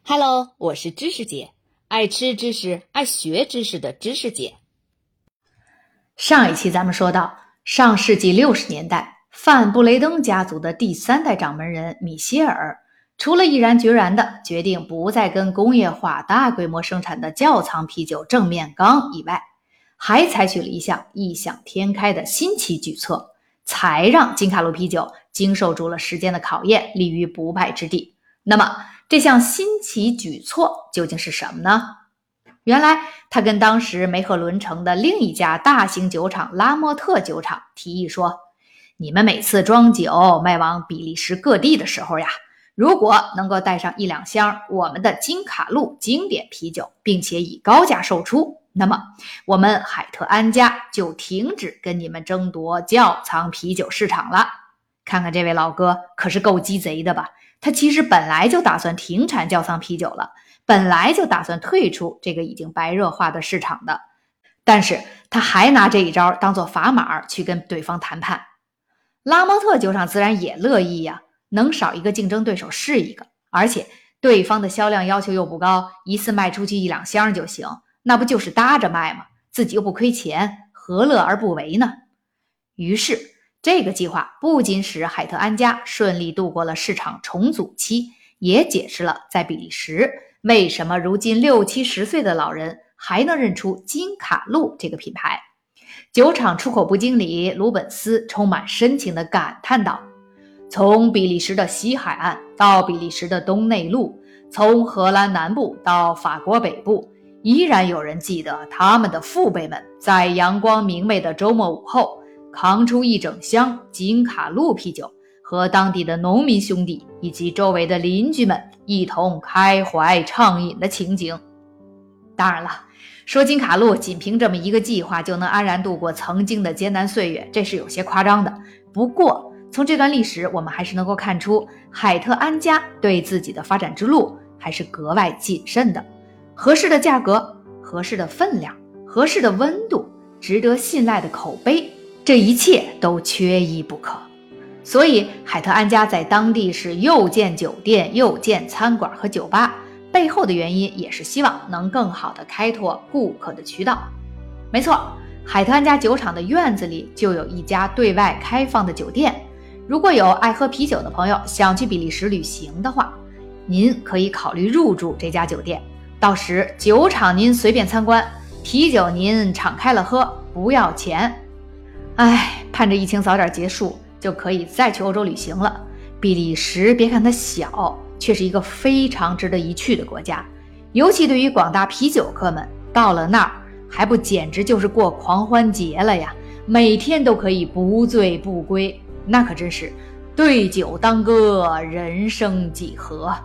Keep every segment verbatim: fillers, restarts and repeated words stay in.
Hello， 我是知识姐，爱吃知识、爱学知识的知识姐。 上一期咱们说到，上世纪六十年代，范布雷登家族的第三代掌门人米歇尔，除了毅然决然的决定不再跟工业化大规模生产的窖藏啤酒正面刚以外，还采取了一项异想天开的新奇举措，才让金卡路啤酒经受住了时间的考验，立于不败之地。那么这项新奇举措究竟是什么呢？原来他跟当时梅赫伦城的另一家大型酒厂拉莫特酒厂提议说，你们每次装酒卖往比利时各地的时候呀，如果能够带上一两箱我们的金卡路经典啤酒，并且以高价售出，那么我们海特安家就停止跟你们争夺窖藏啤酒市场了。看看这位老哥可是够鸡贼的吧，他其实本来就打算停产窖藏啤酒了，本来就打算退出这个已经白热化的市场的，但是他还拿这一招当做砝码去跟对方谈判。拉莫特酒厂自然也乐意呀，能少一个竞争对手是一个，而且对方的销量要求又不高，一次卖出去一两箱就行，那不就是搭着卖吗？自己又不亏钱，何乐而不为呢？于是这个计划不仅使海特安家顺利度过了市场重组期，也解释了在比利时为什么如今六七十岁的老人还能认出金卡路这个品牌。酒厂出口部经理鲁本斯充满深情地感叹道，从比利时的西海岸到比利时的东内陆，从荷兰南部到法国北部，依然有人记得他们的父辈们在阳光明媚的周末午后扛出一整箱金卡路啤酒，和当地的农民兄弟以及周围的邻居们一同开怀畅饮的情景。当然了，说金卡路仅凭这么一个计划就能安然度过曾经的艰难岁月，这是有些夸张的。不过从这段历史我们还是能够看出，海特安家对自己的发展之路还是格外谨慎的。合适的价格，合适的分量，合适的温度，值得信赖的口碑，这一切都缺一不可。所以海特安家在当地是又建酒店又建餐馆和酒吧，背后的原因也是希望能更好的开拓顾客的渠道。没错，海特安家酒厂的院子里就有一家对外开放的酒店，如果有爱喝啤酒的朋友想去比利时旅行的话，您可以考虑入住这家酒店，到时酒厂您随便参观，啤酒您敞开了喝，不要钱。唉，盼着疫情早点结束，就可以再去欧洲旅行了。比利时别看它小，却是一个非常值得一去的国家，尤其对于广大啤酒客们，到了那儿还不简直就是过狂欢节了呀，每天都可以不醉不归，那可真是对酒当歌，人生几何。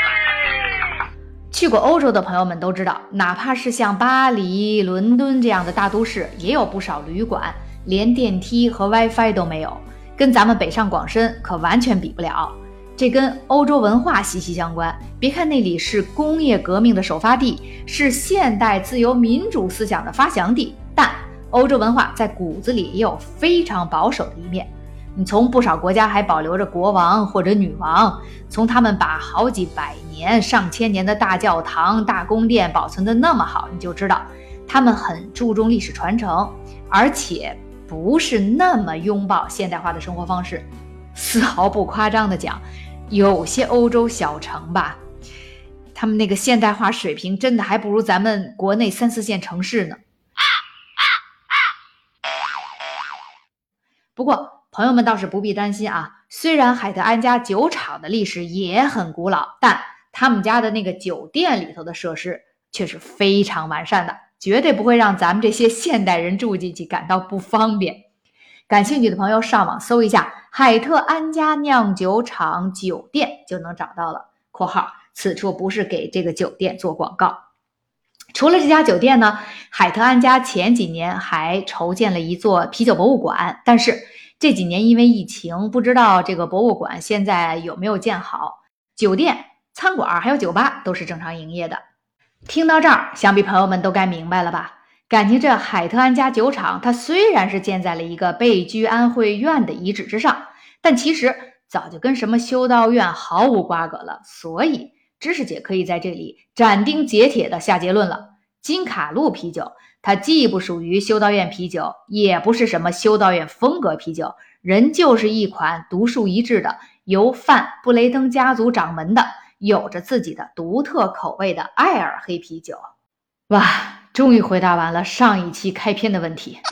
去过欧洲的朋友们都知道，哪怕是像巴黎、伦敦这样的大都市，也有不少旅馆连电梯和 WiFi 都没有，跟咱们北上广深可完全比不了。这跟欧洲文化息息相关，别看那里是工业革命的首发地，是现代自由民主思想的发祥地，但欧洲文化在骨子里也有非常保守的一面。你从不少国家还保留着国王或者女王，从他们把好几百年上千年的大教堂大宫殿保存得那么好，你就知道他们很注重历史传承，而且不是那么拥抱现代化的生活方式。丝毫不夸张地讲，有些欧洲小城吧，他们那个现代化水平真的还不如咱们国内三四线城市呢。不过朋友们倒是不必担心啊，虽然海特安家酒厂的历史也很古老，但他们家的那个酒店里头的设施却是非常完善的，绝对不会让咱们这些现代人住进去感到不方便。感兴趣的朋友上网搜一下海特安家酿酒厂酒店就能找到了，括号此处不是给这个酒店做广告。除了这家酒店呢，海特安家前几年还筹建了一座啤酒博物馆，但是这几年因为疫情，不知道这个博物馆现在有没有建好，酒店、餐馆还有酒吧都是正常营业的。听到这儿，想必朋友们都该明白了吧？感情这海特安家酒厂，它虽然是建在了一个贝居安会院的遗址之上，但其实早就跟什么修道院毫无瓜葛了，所以知识姐可以在这里斩钉截铁地下结论了，金卡路啤酒它既不属于修道院啤酒，也不是什么修道院风格啤酒，人就是一款独树一帜的由范布雷登家族掌门的有着自己的独特口味的艾尔黑啤酒。哇，终于回答完了上一期开篇的问题。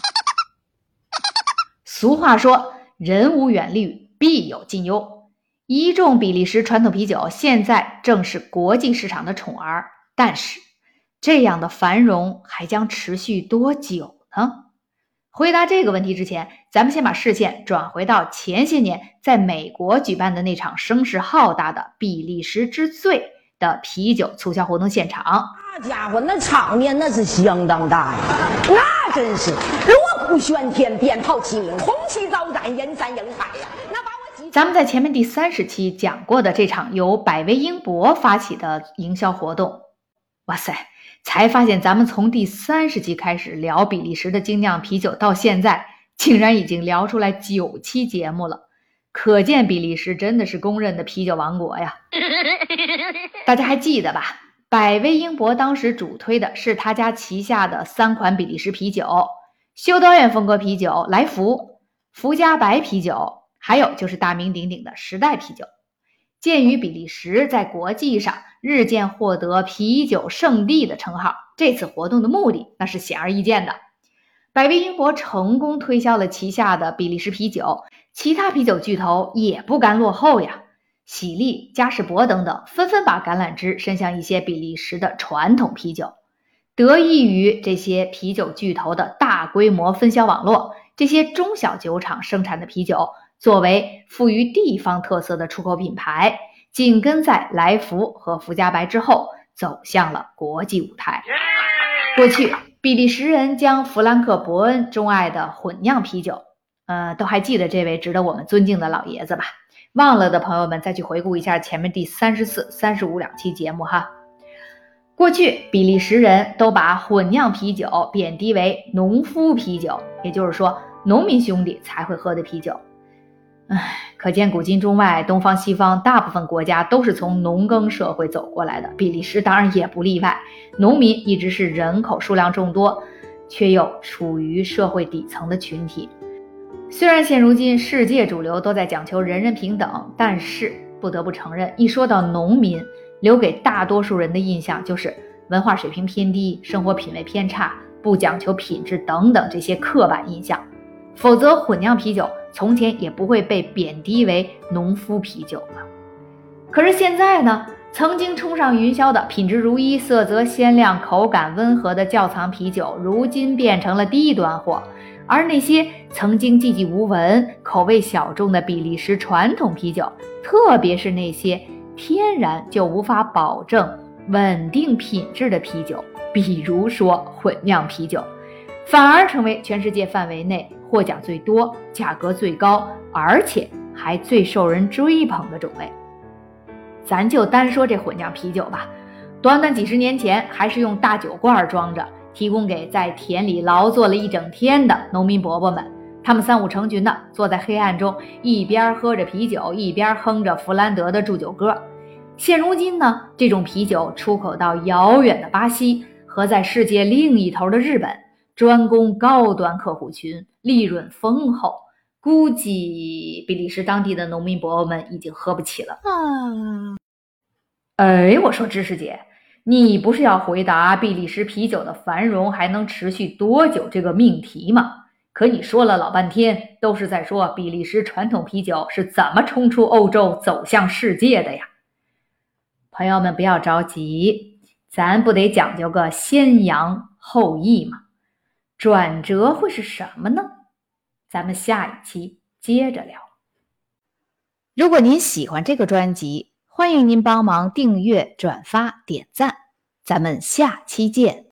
俗话说人无远虑，必有近忧。一众比利时传统啤酒现在正是国际市场的宠儿，但是这样的繁荣还将持续多久呢？回答这个问题之前，咱们先把视线转回到前些年在美国举办的那场声势浩大的比利时之最的啤酒促销活动现场。 那家伙那场面那是相当大呀，那真是锣鼓喧天，鞭炮齐鸣，红旗招展，人山人海呀。那把我咱们在前面第三十期讲过的这场由百威英博发起的营销活动，哇塞，才发现咱们从第三十期开始聊比利时的精酿啤酒，到现在竟然已经聊出来九期节目了，可见比利时真的是公认的啤酒王国呀。大家还记得吧？百威英博当时主推的是他家旗下的三款比利时啤酒：修道院风格啤酒来福、福加白啤酒，还有就是大名鼎鼎的时代啤酒。鉴于比利时在国际上日渐获得啤酒圣地的称号，这次活动的目的那是显而易见的。百威英博成功推销了旗下的比利时啤酒，其他啤酒巨头也不甘落后呀。喜力、嘉士伯等等纷纷把橄榄枝伸向一些比利时的传统啤酒。得益于这些啤酒巨头的大规模分销网络，这些中小酒厂生产的啤酒作为富于地方特色的出口品牌，紧跟在来福和福加白之后，走向了国际舞台。过去比利时人将弗兰克伯恩钟爱的混酿啤酒，呃，都还记得这位值得我们尊敬的老爷子吧？忘了的朋友们再去回顾一下前面第三十四、三十五两期节目哈。过去比利时人都把混酿啤酒贬低为农夫啤酒，也就是说农民兄弟才会喝的啤酒。唉，可见古今中外东方西方大部分国家都是从农耕社会走过来的，比利时当然也不例外。农民一直是人口数量众多却又处于社会底层的群体。虽然现如今世界主流都在讲求人人平等，但是不得不承认，一说到农民，留给大多数人的印象就是文化水平偏低、生活品味偏差、不讲求品质等等这些刻板印象。否则混酿啤酒从前也不会被贬低为农夫啤酒嘛。可是现在呢，曾经冲上云霄的品质如一、色泽鲜亮、口感温和的窖藏啤酒，如今变成了低端货。而那些曾经寂寂无闻、口味小众的比利时传统啤酒，特别是那些天然就无法保证稳定品质的啤酒，比如说混酿啤酒，反而成为全世界范围内获奖最多、价格最高，而且还最受人追捧的种类。咱就单说这混酿啤酒吧，短短几十年前还是用大酒罐装着，提供给在田里劳作了一整天的农民伯伯们，他们三五成群的坐在黑暗中，一边喝着啤酒，一边哼着弗兰德的祝酒歌。现如今呢，这种啤酒出口到遥远的巴西和在世界另一头的日本，专攻高端客户群，利润丰厚，估计比利时当地的农民伯伯们已经喝不起了。啊，哎，我说知识姐，你不是要回答比利时啤酒的繁荣还能持续多久这个命题吗？可你说了老半天，都是在说比利时传统啤酒是怎么冲出欧洲走向世界的呀。朋友们不要着急，咱不得讲究个先扬后抑吗？转折会是什么呢？咱们下一期接着聊。如果您喜欢这个专辑，欢迎您帮忙订阅、转发、点赞，咱们下期见。